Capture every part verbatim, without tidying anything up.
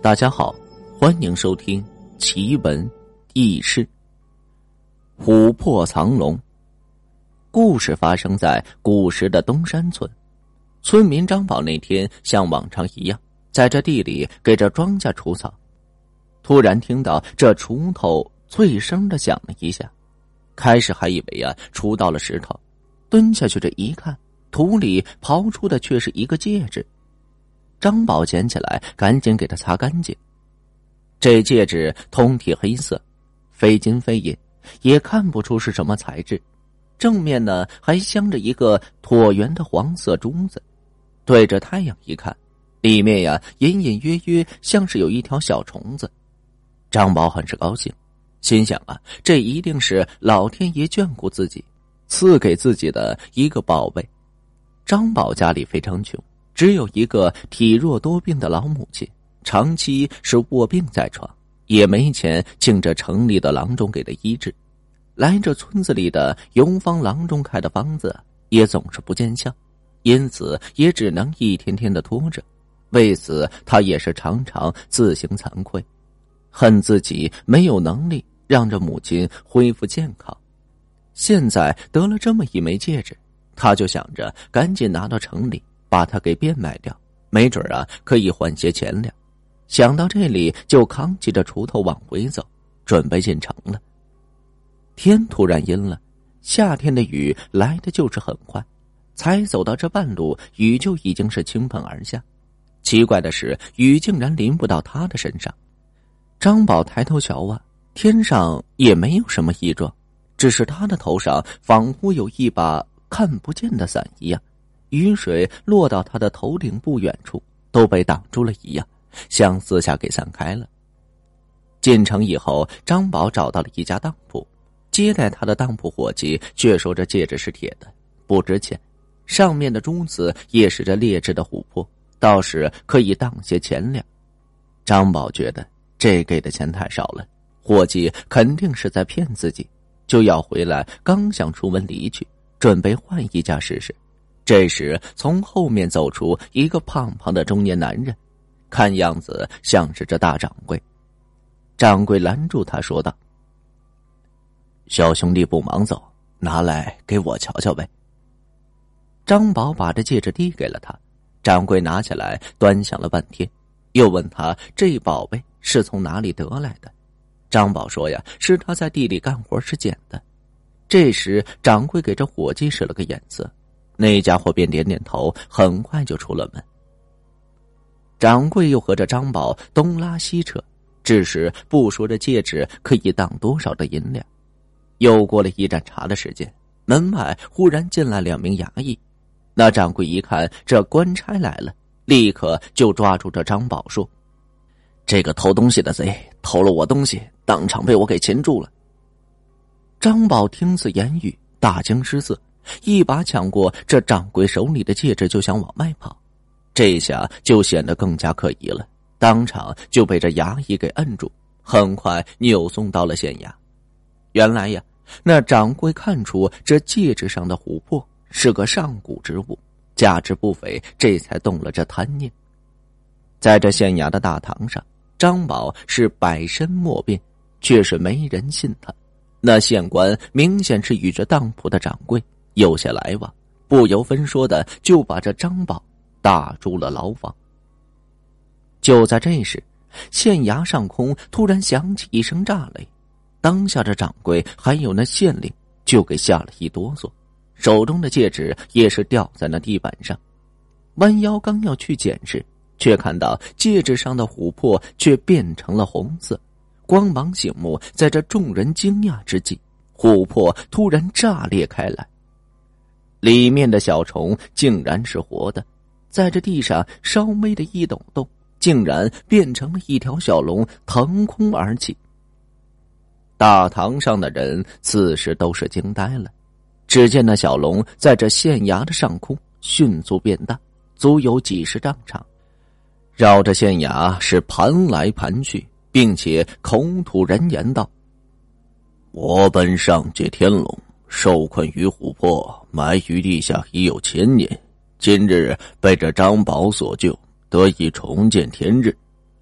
大家好，欢迎收听奇闻异事。琥珀藏龙。故事发生在古时的东山村，村民张宝那天像往常一样，在这地里给这庄稼除草，突然听到这锄头脆声的响了一下，开始还以为啊锄到了石头，蹲下去这一看，土里刨出的却是一个戒指。张宝捡起来，赶紧给它擦干净。这戒指通体黑色，非金非银，也看不出是什么材质。正面呢还镶着一个椭圆的黄色珠子，对着太阳一看，里面呀隐隐约约像是有一条小虫子。张宝很是高兴，心想啊，这一定是老天爷眷顾自己，赐给自己的一个宝贝。张宝家里非常穷，只有一个体弱多病的老母亲，长期是卧病在床，也没钱请这城里的郎中给他医治。来这村子里的游方郎中开的方子也总是不见效，因此也只能一天天的拖着。为此他也是常常自行惭愧，恨自己没有能力让这母亲恢复健康。现在得了这么一枚戒指，他就想着赶紧拿到城里把它给变卖掉，没准啊可以换些钱粮。想到这里，就扛起着锄头往回走，准备进城了。天突然阴了，夏天的雨来的就是很快，才走到这半路，雨就已经是倾盆而下。奇怪的是，雨竟然淋不到他的身上。张宝抬头瞧啊，天上也没有什么异状，只是他的头上仿佛有一把看不见的伞一样，雨水落到他的头顶不远处都被挡住了一样，向四下给散开了。进城以后，张宝找到了一家当铺，接待他的当铺伙计却说这戒指是铁的，不值钱，上面的珠子也是这劣质的琥珀，倒是可以当些钱粮。张宝觉得这给的钱太少了，伙计肯定是在骗自己，就要回来，刚想出门离去，准备换一家试试。这时从后面走出一个胖胖的中年男人，看样子像是这大掌柜。掌柜拦住他说道：小兄弟不忙走，拿来给我瞧瞧呗。张宝把这戒指递给了他，掌柜拿起来端详了半天，又问他这宝贝是从哪里得来的。张宝说呀，是他在地里干活时捡的。这时掌柜给这伙计使了个眼色，那家伙便点点头，很快就出了门。掌柜又和这张宝东拉西扯，只是不说这戒指可以当多少的银两。又过了一盏茶的时间，门外忽然进来两名衙役。那掌柜一看这官差来了，立刻就抓住这张宝说：这个偷东西的贼偷了我东西，当场被我给擒住了。张宝听此言语，大惊失色，一把抢过这掌柜手里的戒指就想往外跑，这下就显得更加可疑了，当场就被这衙役给摁住，很快扭送到了县衙。原来呀，那掌柜看出这戒指上的琥珀是个上古之物，价值不菲，这才动了这贪念。在这县衙的大堂上，张宝是百身莫辩，却是没人信他。那县官明显是与这当铺的掌柜有些来往，不由分说的就把这张宝打入了牢房。就在这时，县衙上空突然响起一声炸雷，当下这掌柜还有那县令就给吓了一哆嗦，手中的戒指也是掉在那地板上。弯腰刚要去捡拾，却看到戒指上的琥珀却变成了红色，光芒醒目。在这众人惊讶之际，琥珀突然炸裂开来，里面的小虫竟然是活的，在这地上稍微的一抖动，竟然变成了一条小龙，腾空而起。大堂上的人此时都是惊呆了，只见那小龙在这县衙的上空迅速变大，足有几十丈长，绕着县衙是盘来盘去，并且口吐人言道：我本上界天龙，受困于琥珀，埋于地下已有千年，今日被这张宝所救，得以重见天日。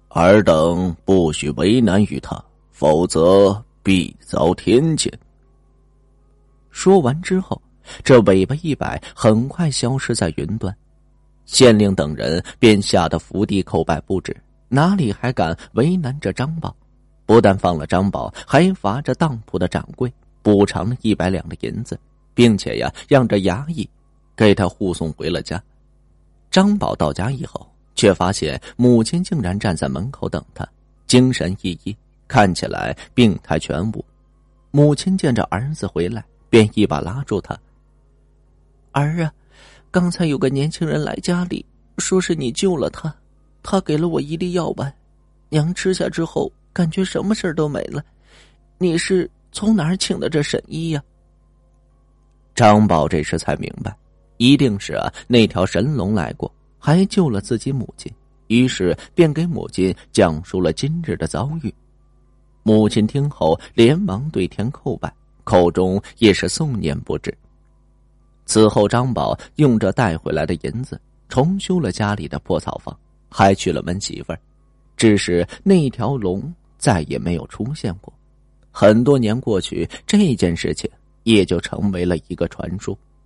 尔等不许为难于他，否则必遭天谴。说完之后，这尾巴一摆，很快消失在云端。县令等人便吓得伏地叩拜不止，哪里还敢为难这张宝？不但放了张宝，还罚着当铺的掌柜补偿了一百两的银子，并且呀，让这衙役给他护送回了家。张宝到家以后，却发现母亲竟然站在门口等他，精神奕奕，看起来病态全无。母亲见着儿子回来，便一把拉住他：“儿啊，刚才有个年轻人来家里，说是你救了他，他给了我一粒药丸，娘吃下之后感觉什么事都没了。你是从哪儿请的这神医呀？”张宝这时才明白，一定是啊那条神龙来过，还救了自己母亲，于是便给母亲讲述了今日的遭遇。母亲听后连忙对天叩拜，口中也是诵念不止。此后张宝用着带回来的银子重修了家里的破草房，还娶了门媳妇儿，只是那条龙再也没有出现过。很多年过去，这件事情也就成为了一个传说。